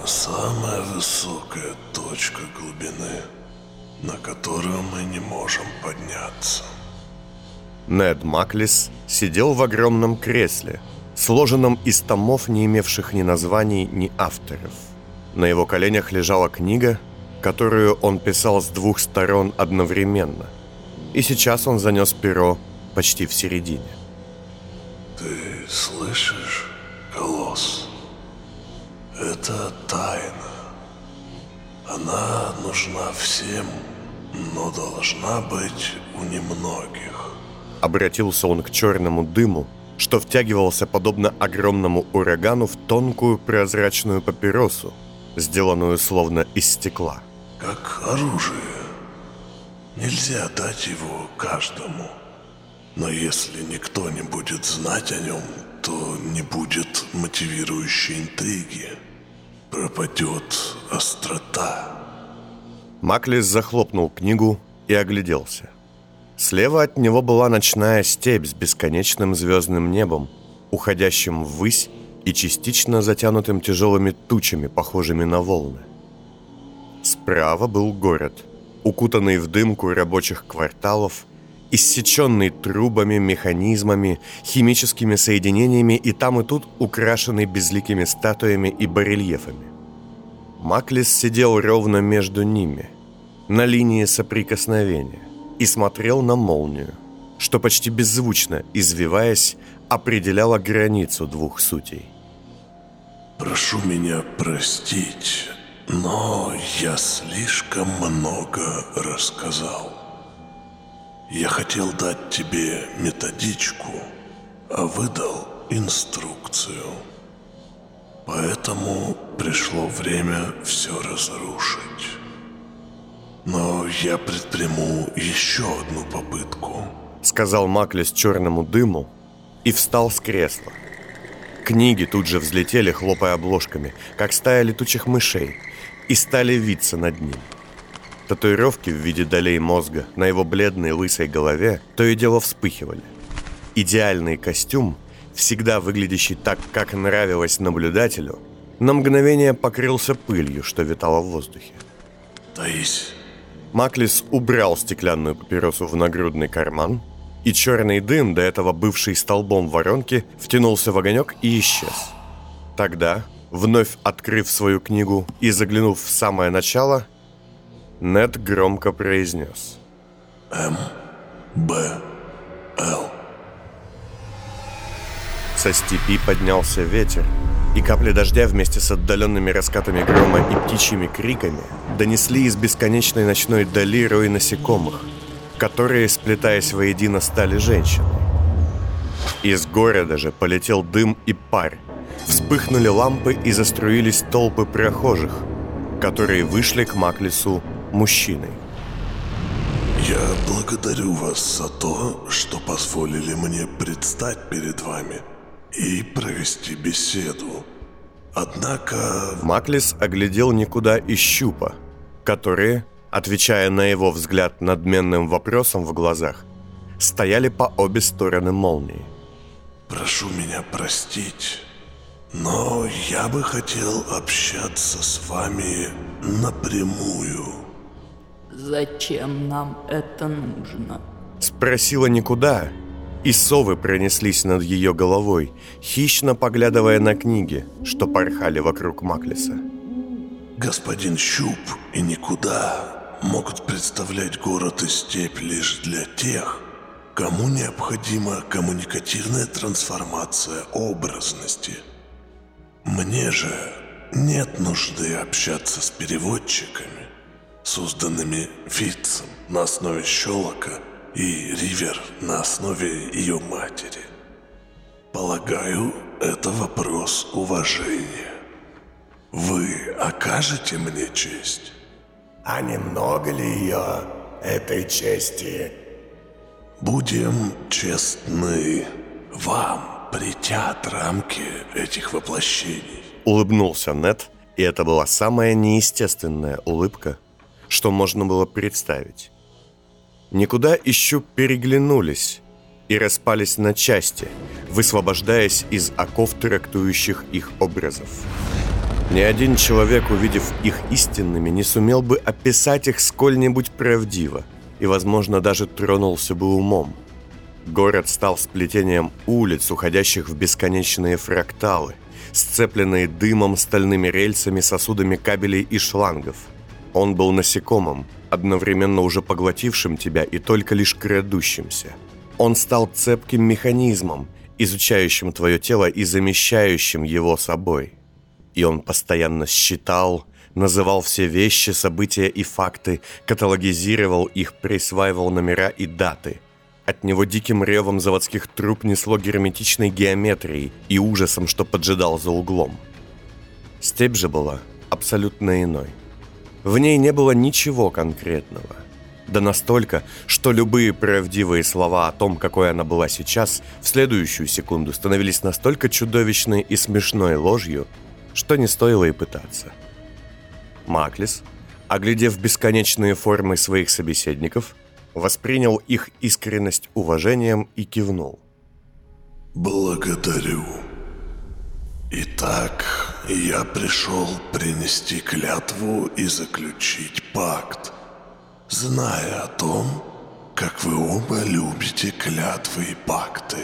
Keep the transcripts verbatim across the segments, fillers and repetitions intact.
самая высокая точка глубины, на которую мы не можем подняться. Нед Маклис сидел в огромном кресле, сложенном из томов, не имевших ни названий, ни авторов. На его коленях лежала книга, которую он писал с двух сторон одновременно. И сейчас он занес перо почти в середине. Ты слышишь, Колосс? Это тайна. Она нужна всем, но должна быть у немногих. Обратился он к черному дыму, что втягивался подобно огромному урагану в тонкую прозрачную папиросу, сделанную словно из стекла. Как оружие. Нельзя дать его каждому. Но если никто не будет знать о нем, то не будет мотивирующей интриги. Пропадет острота. Маклис захлопнул книгу и огляделся. Слева от него была ночная степь с бесконечным звездным небом, уходящим ввысь и частично затянутым тяжелыми тучами, похожими на волны. Справа был город, укутанный в дымку рабочих кварталов, иссеченный трубами, механизмами, химическими соединениями и там и тут украшенный безликими статуями и барельефами. Маклис сидел ровно между ними, на линии соприкосновения, и смотрел на молнию, что почти беззвучно, извиваясь, определяла границу двух сутей. Прошу меня простить, но я слишком много рассказал. Я хотел дать тебе методичку, а выдал инструкцию. Поэтому пришло время все разрушить. Но я предприму еще одну попытку, сказал Маклис черному дыму и встал с кресла. Книги тут же взлетели, хлопая обложками, как стая летучих мышей, и стали виться над ним. Татуировки в виде долей мозга на его бледной лысой голове то и дело вспыхивали. Идеальный костюм, всегда выглядящий так, как нравилось наблюдателю, на мгновение покрылся пылью, что витало в воздухе. Таись. Маклис убрал стеклянную папиросу в нагрудный карман, и черный дым, до этого бывший столбом воронки, втянулся в огонек и исчез. Тогда, вновь открыв свою книгу и заглянув в самое начало, Нед громко произнес: М. Б. Л. Со степи поднялся ветер, и капли дождя вместе с отдаленными раскатами грома и птичьими криками донесли из бесконечной ночной дали рой насекомых, которые, сплетаясь воедино, стали женщиной. Из города же полетел дым и пар, вспыхнули лампы и заструились толпы прохожих, которые вышли к Маклису мужчиной. Я благодарю вас за то, что позволили мне предстать перед вами и провести беседу. Однако... Маклис оглядел никуда и щупа, которые, отвечая на его взгляд надменным вопросом в глазах, стояли по обе стороны молнии. Прошу меня простить, но я бы хотел общаться с вами напрямую. Зачем нам это нужно? Спросила никуда, и совы пронеслись над ее головой, хищно поглядывая на книги, что порхали вокруг Маклиса. Господин Щуп и Никуда могут представлять город и степь лишь для тех, кому необходима коммуникативная трансформация образности. Мне же нет нужды общаться с переводчиками, созданными Фитцем на основе Щелока и Ривер на основе ее матери. Полагаю, это вопрос уважения. Вы окажете мне честь? А немного ли ее, этой чести? Будем честны, вам претят рамки этих воплощений. Улыбнулся Нед, и это была самая неестественная улыбка, что можно было представить. Никуда и Щуп переглянулись и распались на части, высвобождаясь из оков трактующих их образов. Ни один человек, увидев их истинными, не сумел бы описать их сколь-нибудь правдиво и, возможно, даже тронулся бы умом. Город стал сплетением улиц, уходящих в бесконечные фракталы, сцепленные дымом, стальными рельсами, сосудами кабелей и шлангов. Он был насекомым, одновременно уже поглотившим тебя и только лишь крадущимся. Он стал цепким механизмом, изучающим твое тело и замещающим его собой. И он постоянно считал, называл все вещи, события и факты, каталогизировал их, присваивал номера и даты. От него диким ревом заводских труб несло герметичной геометрией и ужасом, что поджидал за углом. Степь же была абсолютно иной. В ней не было ничего конкретного. Да настолько, что любые правдивые слова о том, какой она была сейчас, в следующую секунду становились настолько чудовищной и смешной ложью, что не стоило и пытаться. Маклис, оглядев бесконечные формы своих собеседников, воспринял их искренность уважением и кивнул. «Благодарю. Итак, я пришел принести клятву и заключить пакт, зная о том, как вы оба любите клятвы и пакты.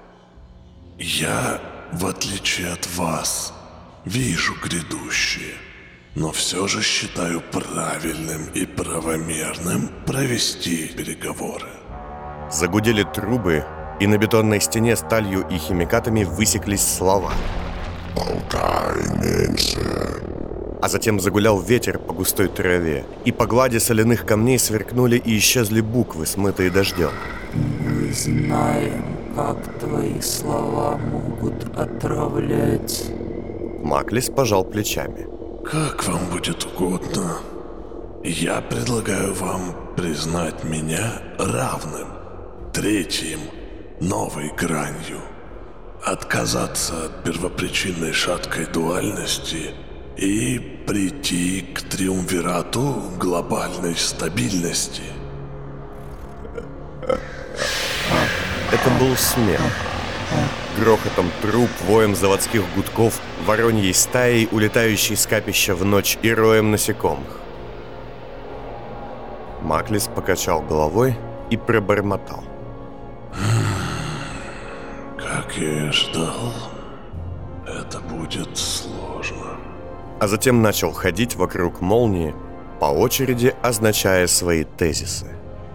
Я, в отличие от вас, вижу грядущее, но все же считаю правильным и правомерным провести переговоры». Загудели трубы, и на бетонной стене сталью и химикатами высеклись слова. «Болтай меньше». А затем загулял ветер по густой траве, и по глади соляных камней сверкнули и исчезли буквы, смытые дождем. Мы знаем, как твои слова могут отравлять. Маклис пожал плечами. «Как вам будет угодно. Я предлагаю вам признать меня равным, третьим, новой гранью, отказаться от первопричинной шаткой дуальности и прийти к триумвирату глобальной стабильности». Это был смех. Грохотом труб, воем заводских гудков, вороньей стаей, улетающей с капища в ночь, и роем насекомых. Маклис покачал головой и пробормотал. «Как я и ждал, это будет сложно». А затем начал ходить вокруг молнии, по очереди означая свои тезисы.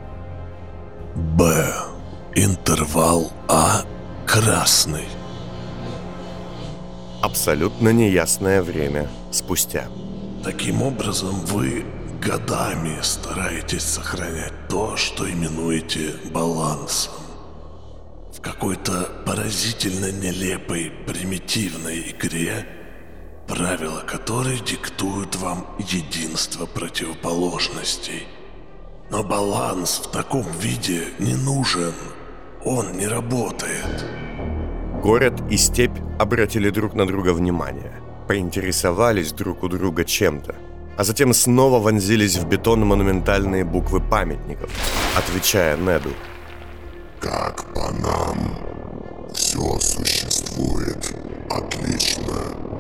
Б. Интервал А. Красный. Абсолютно неясное время спустя. Таким образом, вы годами стараетесь сохранять то, что именуете балансом. В какой-то поразительно нелепой, примитивной игре, правила которой диктуют вам единство противоположностей. Но баланс в таком виде не нужен. Он не работает. Город и степь обратили друг на друга внимание, поинтересовались друг у друга чем-то, а затем снова вонзились в бетон монументальные буквы памятников, отвечая Неду. «Как по нам, все существует отлично».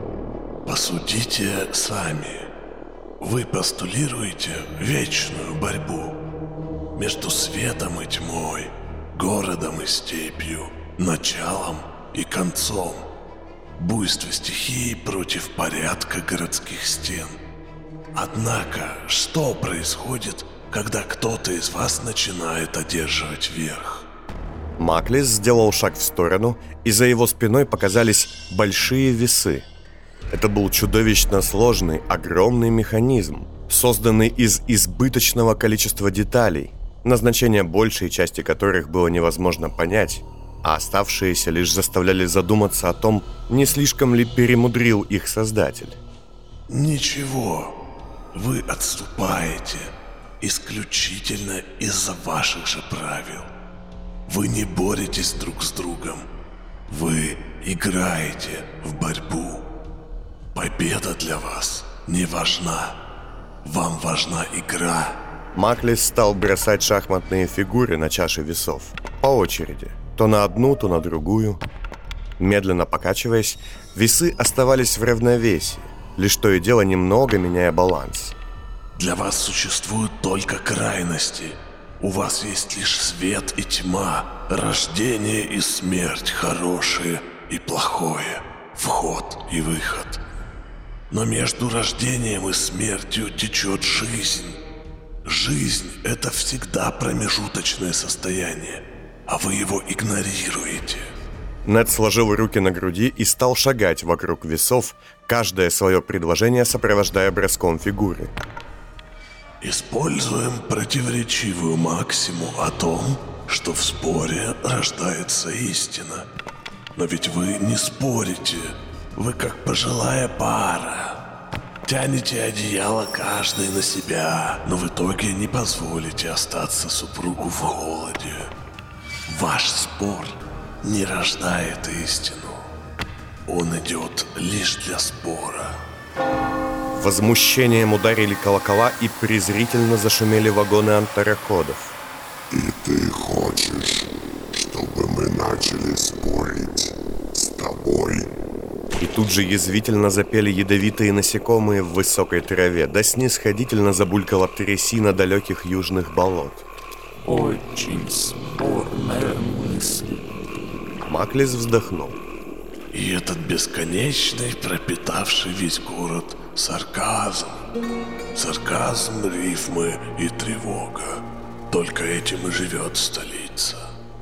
Посудите сами. Вы постулируете вечную борьбу между светом и тьмой, городом и степью, началом и концом, буйство стихии против порядка городских стен. Однако, что происходит, когда кто-то из вас начинает одерживать верх? Маклис сделал шаг в сторону, и за его спиной показались большие весы. Это был чудовищно сложный, огромный механизм, созданный из избыточного количества деталей, назначение большей части которых было невозможно понять, а оставшиеся лишь заставляли задуматься о том, не слишком ли перемудрил их создатель. Ничего, вы отступаете исключительно из-за ваших же правил. Вы не боретесь друг с другом, вы играете в борьбу. Победа для вас не важна, вам важна игра. Маклис стал бросать шахматные фигуры на чаши весов, по очереди, то на одну, то на другую. Медленно покачиваясь, весы оставались в равновесии, лишь то и дело немного меняя баланс. Для вас существуют только крайности. У вас есть лишь свет и тьма, рождение и смерть, хорошее и плохое, вход и выход. Но между рождением и смертью течет жизнь. Жизнь – это всегда промежуточное состояние, а вы его игнорируете. Нед сложил руки на груди и стал шагать вокруг весов, каждое свое предложение сопровождая броском фигуры. Используем противоречивую максиму о том, что в споре рождается истина. Но ведь вы не спорите, вы как пожилая пара. Тянете одеяло каждый на себя, но в итоге не позволите остаться супругу в холоде. Ваш спор не рождает истину. Он идет лишь для спора. Возмущением ударили колокола и презрительно зашумели вагоны антароходов. И ты хочешь, чтобы мы начали спорить с тобой? И тут же язвительно запели ядовитые насекомые в высокой траве, да снисходительно забулькала трясина далеких южных болот. Очень спорная мысль. Маклис вздохнул. И этот бесконечный, пропитавший весь город сарказм. Сарказм, рифмы и тревога. Только этим и живет столица.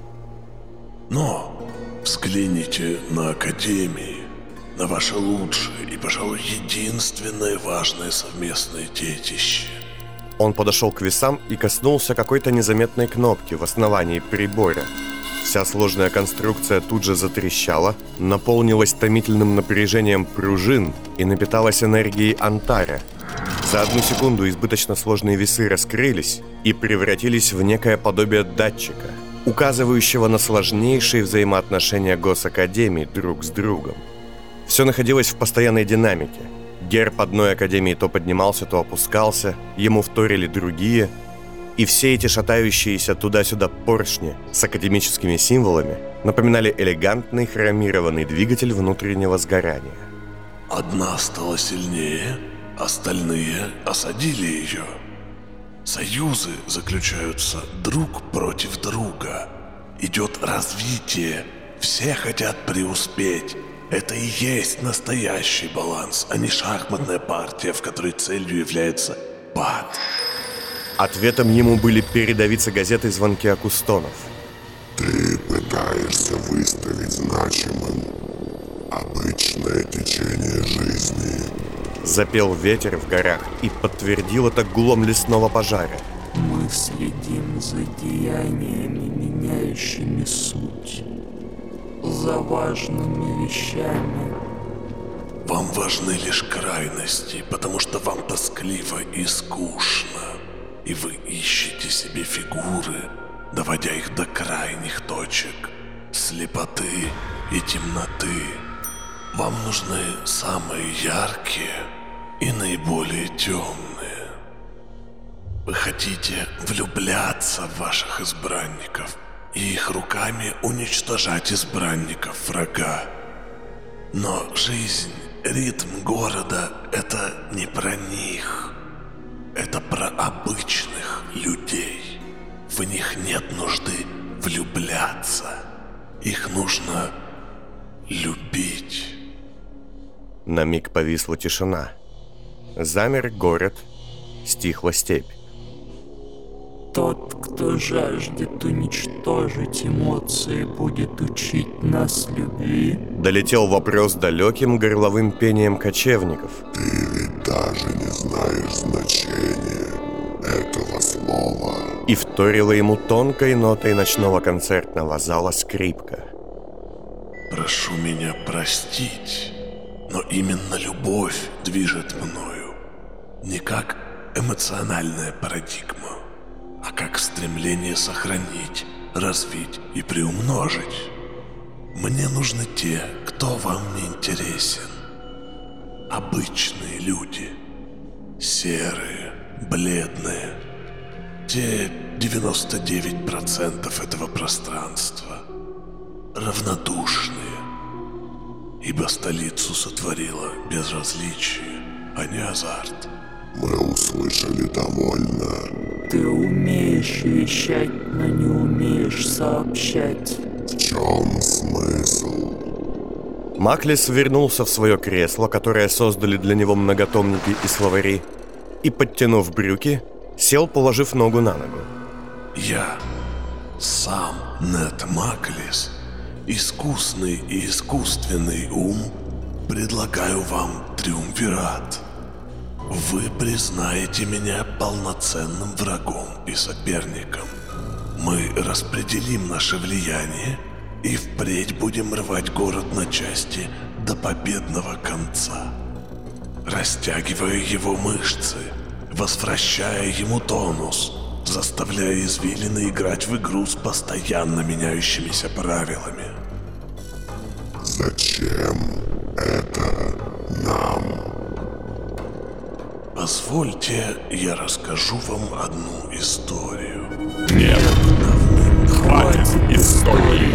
Но взгляните на академии, на ваше лучшее и, пожалуй, единственное важное совместное детище. Он подошел к весам и коснулся какой-то незаметной кнопки в основании прибора. Вся сложная конструкция тут же затрещала, наполнилась томительным напряжением пружин и напиталась энергией Антара. За одну секунду избыточно сложные весы раскрылись и превратились в некое подобие датчика, указывающего на сложнейшие взаимоотношения госакадемий друг с другом. Все находилось в постоянной динамике. Герб одной академии то поднимался, то опускался, ему вторили другие, и все эти шатающиеся туда-сюда поршни с академическими символами напоминали элегантный хромированный двигатель внутреннего сгорания. Одна стала сильнее, остальные осадили ее. Союзы заключаются друг против друга. Идет развитие, все хотят преуспеть. Это и есть настоящий баланс, а не шахматная партия, в которой целью является пад. Ответом ему были передовицы газеты звонки акустонов. Ты пытаешься выставить значимым обычное течение жизни. Запел ветер в горах и подтвердил это гулом лесного пожара. Мы следим за деяниями, меняющими суть, за важными вещами. Вам важны лишь крайности, потому что вам тоскливо и скучно. И вы ищете себе фигуры, доводя их до крайних точек слепоты и темноты. Вам нужны самые яркие и наиболее темные. Вы хотите влюбляться в ваших избранников и их руками уничтожать избранников врага. Но жизнь, ритм города — это не про них. Это про обычных людей. В них нет нужды влюбляться. Их нужно любить. На миг повисла тишина. Замер город, стихла степь. Тот, кто жаждет уничтожить эмоции, будет учить нас любви. Долетел вопрос далеким горловым пением кочевников. Ты ведь даже не знаешь значения этого слова. И вторила ему тонкой нотой ночного концертного зала скрипка. Прошу меня простить, но именно любовь движет мною. Не как эмоциональная парадигма, а как стремление сохранить, развить и приумножить. Мне нужны те, кто вам не интересен. Обычные люди. Серые, бледные. Те девяносто девять процентов этого пространства. Равнодушные. Ибо столицу сотворило безразличие. а не азарт. Мы услышали довольно. Ты умеешь вещать, но не умеешь сообщать. В чем смысл? Маклис вернулся в свое кресло, которое создали для него многотомники и словари, и, подтянув брюки, сел, положив ногу на ногу. Я, сам Нет Маклис, искусный и искусственный ум, предлагаю вам триумвират. Вы признаете меня полноценным врагом и соперником. Мы распределим наше влияние и впредь будем рвать город на части до победного конца, растягивая его мышцы, возвращая ему тонус, заставляя извилины играть в игру с постоянно меняющимися правилами. Зачем это нам? Позвольте, я расскажу вам одну историю. Нет, хватит истории.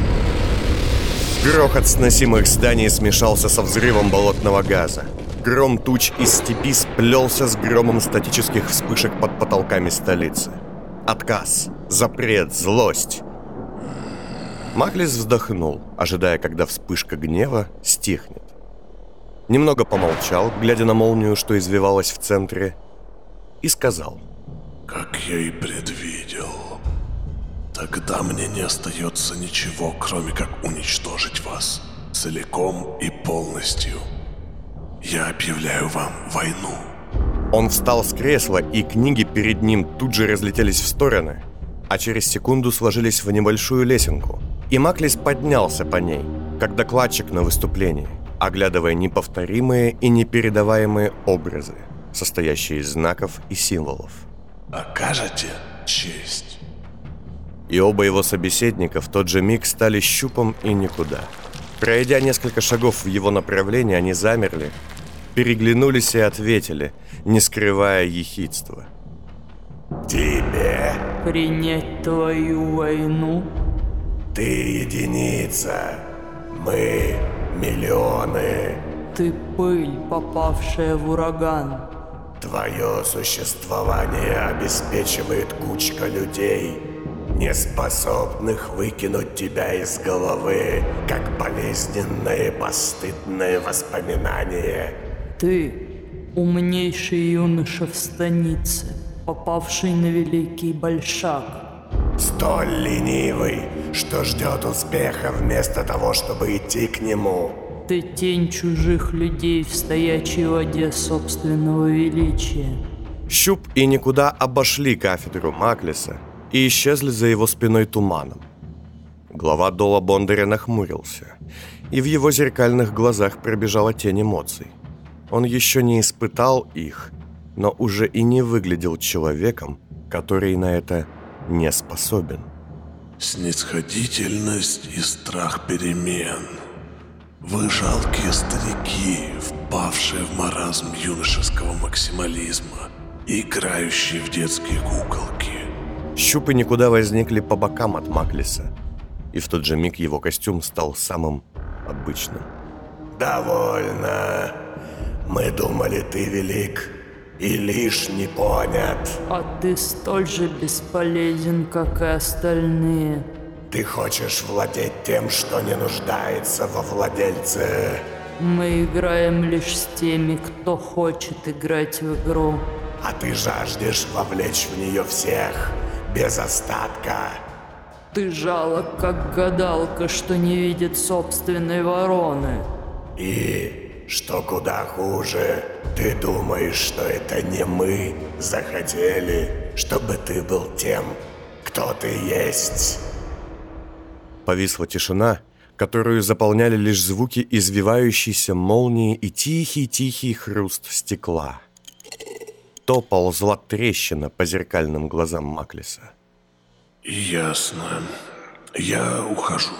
Грохот сносимых зданий смешался со взрывом болотного газа. Гром туч из степи сплелся с громом статических вспышек под потолками столицы. Отказ, запрет, злость. Маклис вздохнул, ожидая, когда вспышка гнева стихнет. Немного помолчал, глядя на молнию, что извивалась в центре, и сказал: Как я и предвидел. Тогда мне не остается ничего, кроме как уничтожить вас целиком и полностью. Я объявляю вам войну. Он встал с кресла, и книги перед ним тут же разлетелись в стороны, а через секунду сложились в небольшую лесенку. И Маклис поднялся по ней, как докладчик на выступлении, оглядывая неповторимые и непередаваемые образы, состоящие из знаков и символов. Окажете честь. И оба его собеседника в тот же миг стали Щупом и Никуда. Пройдя несколько шагов в его направлении, они замерли, переглянулись и ответили, не скрывая ехидства. Тебе? Принять твою войну? Ты единица. Мы миллионы. Ты пыль, попавшая в ураган. Твое существование обеспечивает кучка людей, не способных выкинуть тебя из головы, как болезненное постыдное воспоминание. Ты умнейший юноша в станице, попавший на Великий Большак. Столь ленивый, что ждет успеха вместо того, чтобы идти к нему. Ты тень чужих людей в стоячей воде собственного величия. Щуп и Никуда обошли кафедру Маклиса и исчезли за его спиной туманом. Глава Дола Бондаря нахмурился, и в его зеркальных глазах пробежала тень эмоций. Он еще не испытал их, но уже и не выглядел человеком, который на это не способен. Снисходительность и страх перемен. Вы жалкие старики, впавшие в маразм юношеского максимализма, играющие в детские куколки. Щуп и Никуда возникли по бокам от Маклиса, и в тот же миг его костюм стал самым обычным. Довольно. Мы думали, ты велик и лишь не понят. А ты столь же бесполезен, как и остальные. Ты хочешь владеть тем, что не нуждается во владельце. Мы играем лишь с теми, кто хочет играть в игру. А ты жаждешь вовлечь в нее всех, без остатка. Ты жалок, как гадалка, что не видит собственной вороны. И, что куда хуже, ты думаешь, что это не мы захотели, чтобы ты был тем, кто ты есть. Повисла тишина, которую заполняли лишь звуки извивающейся молнии и тихий-тихий хруст стекла. То ползла трещина по зеркальным глазам Маклиса. Ясно. Я ухожу.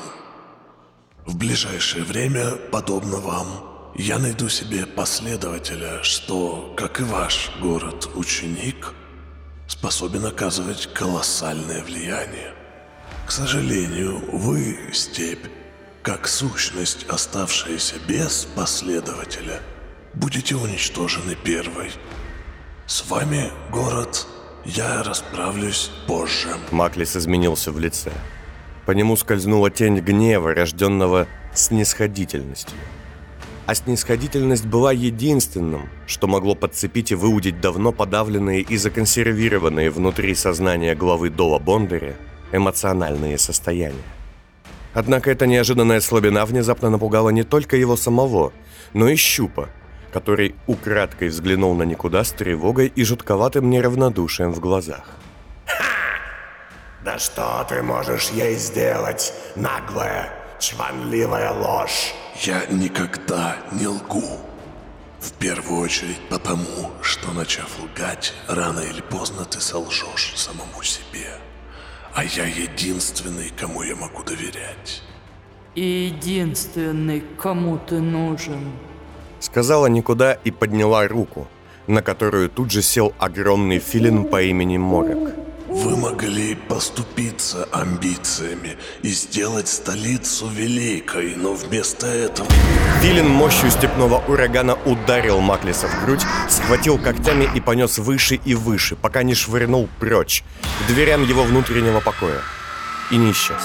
В ближайшее время, подобно вам, я найду себе последователя, что, как и ваш город-ученик, способен оказывать колоссальное влияние. К сожалению, вы, степь, как сущность, оставшаяся без последователя, будете уничтожены первой. С вами, город, я расправлюсь позже. Маклис изменился в лице. По нему скользнула тень гнева, рожденного снисходительностью. А снисходительность была единственным, что могло подцепить и выудить давно подавленные и законсервированные внутри сознания главы Дола Бондаря эмоциональные состояния. Однако эта неожиданная слабина внезапно напугала не только его самого, но и Щупа, который украдкой взглянул на никуда с тревогой и жутковатым неравнодушием в глазах. Ха! Да что ты можешь ей сделать, наглая, чванливая ложь? Я никогда не лгу. В первую очередь потому, что, начав лгать, рано или поздно ты солжешь самому себе. А я единственный, кому я могу доверять. И единственный, кому ты нужен. Сказала никуда и подняла руку, на которую тут же сел огромный филин по имени Морок. Вы могли поступиться амбициями и сделать столицу великой, но вместо этого... Филин мощью степного урагана ударил Маклиса в грудь, схватил когтями и понес выше и выше, пока не швырнул прочь, к дверям его внутреннего покоя. И не исчез.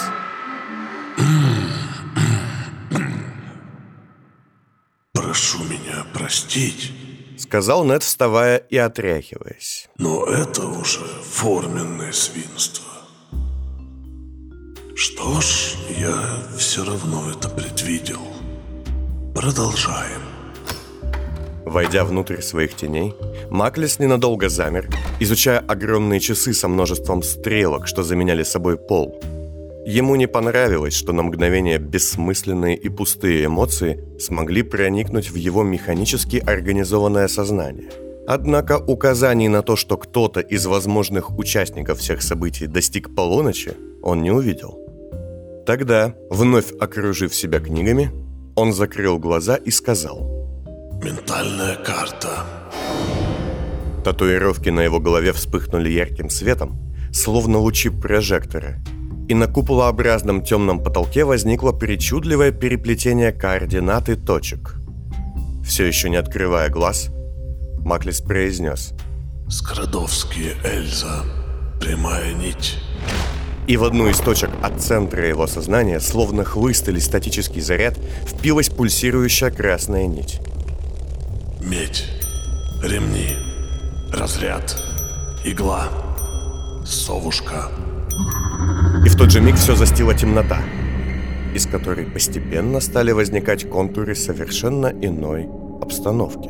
Прошу меня простить, сказал Нед, вставая и отряхиваясь. Но это уже форменное свинство. Что ж, я все равно это предвидел. Продолжаем. Войдя внутрь своих теней, Маклис ненадолго замер, изучая огромные часы со множеством стрелок, что заменяли собой пол. Ему не понравилось, что на мгновение бессмысленные и пустые эмоции смогли проникнуть в его механически организованное сознание. Однако указаний на то, что кто-то из возможных участников всех событий достиг полуночи, он не увидел. Тогда, вновь окружив себя книгами, он закрыл глаза и сказал: «Ментальная карта». Татуировки на его голове вспыхнули ярким светом, словно лучи прожектора, и на куполообразном темном потолке возникло причудливое переплетение координат и точек. Все еще не открывая глаз, Маклис произнес: «Скрадовские, Эльза. Прямая нить». И в одну из точек от центра его сознания, словно хлыст или статический заряд, впилась пульсирующая красная нить. Медь, ремни, разряд, игла, совушка. И в тот же миг все застила темнота, из которой постепенно стали возникать контуры совершенно иной обстановки.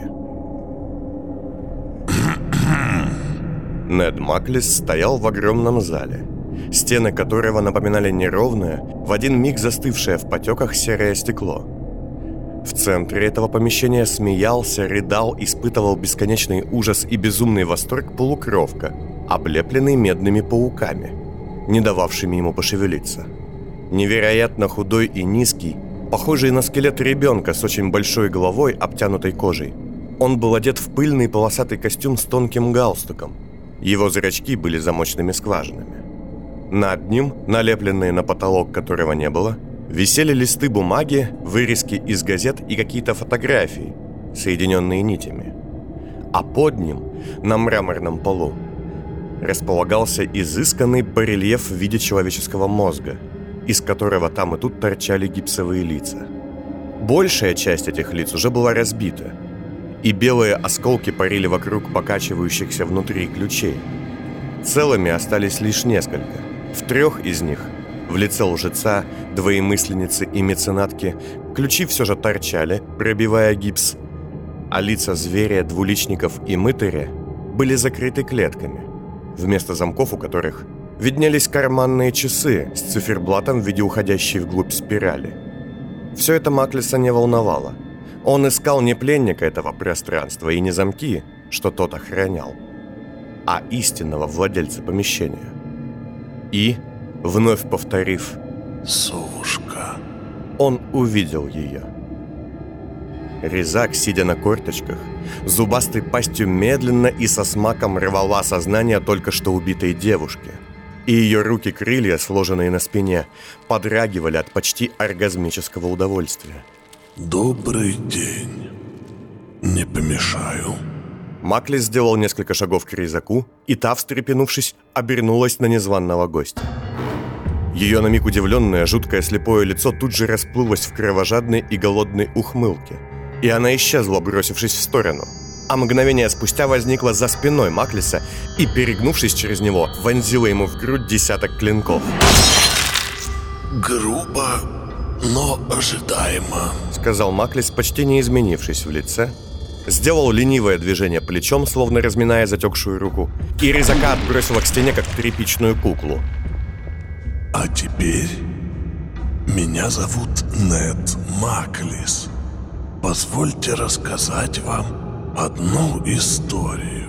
Нед Маклис стоял в огромном зале, стены которого напоминали неровное, в один миг застывшее в потеках серое стекло. В центре этого помещения смеялся, рыдал, испытывал бесконечный ужас и безумный восторг полукровка, облепленный медными пауками, не дававшими ему пошевелиться. Невероятно худой и низкий, похожий на скелет ребенка с очень большой головой, обтянутой кожей. Он был одет в пыльный полосатый костюм с тонким галстуком. Его зрачки были замочными скважинами. Над ним, налепленные на потолок, которого не было, висели листы бумаги, вырезки из газет и какие-то фотографии, соединенные нитями. А под ним, на мраморном полу, располагался изысканный барельеф в виде человеческого мозга, из которого там и тут торчали гипсовые лица. Большая часть этих лиц уже была разбита, и белые осколки парили вокруг покачивающихся внутри ключей. Целыми остались лишь несколько. В трех из них, в лице лжеца, двоемысленницы и меценатки, ключи все же торчали, пробивая гипс, а лица зверя, двуличников и мытаря были закрыты клетками, вместо замков у которых виднелись карманные часы с циферблатом в виде уходящей вглубь спирали. Все это Маклиса не волновало. Он искал не пленника этого пространства и не замки, что тот охранял, а истинного владельца помещения. И, вновь повторив «Совушка», он увидел ее. Резак, сидя на корточках, зубастой пастью медленно и со смаком рвала сознание только что убитой девушки, и ее руки-крылья, сложенные на спине, подрагивали от почти оргазмического удовольствия. «Добрый день. не помешаю. Маклис сделал несколько шагов к Рейзаку, и та, встрепенувшись, обернулась на незваного гостя. Ее на миг удивленное, жуткое слепое лицо тут же расплылось в кровожадной и голодной ухмылке, и она исчезла, бросившись в сторону. А мгновение спустя возникла за спиной Маклиса и, перегнувшись через него, вонзила ему в грудь десяток клинков. «Грубо, но ожидаемо», — сказал Маклис, почти не изменившись в лице. Сделал ленивое движение плечом, словно разминая затекшую руку, и Рейзака отбросила к стене, как тряпичную куклу. «А теперь меня зовут Нед Маклис. Позвольте рассказать вам одну историю».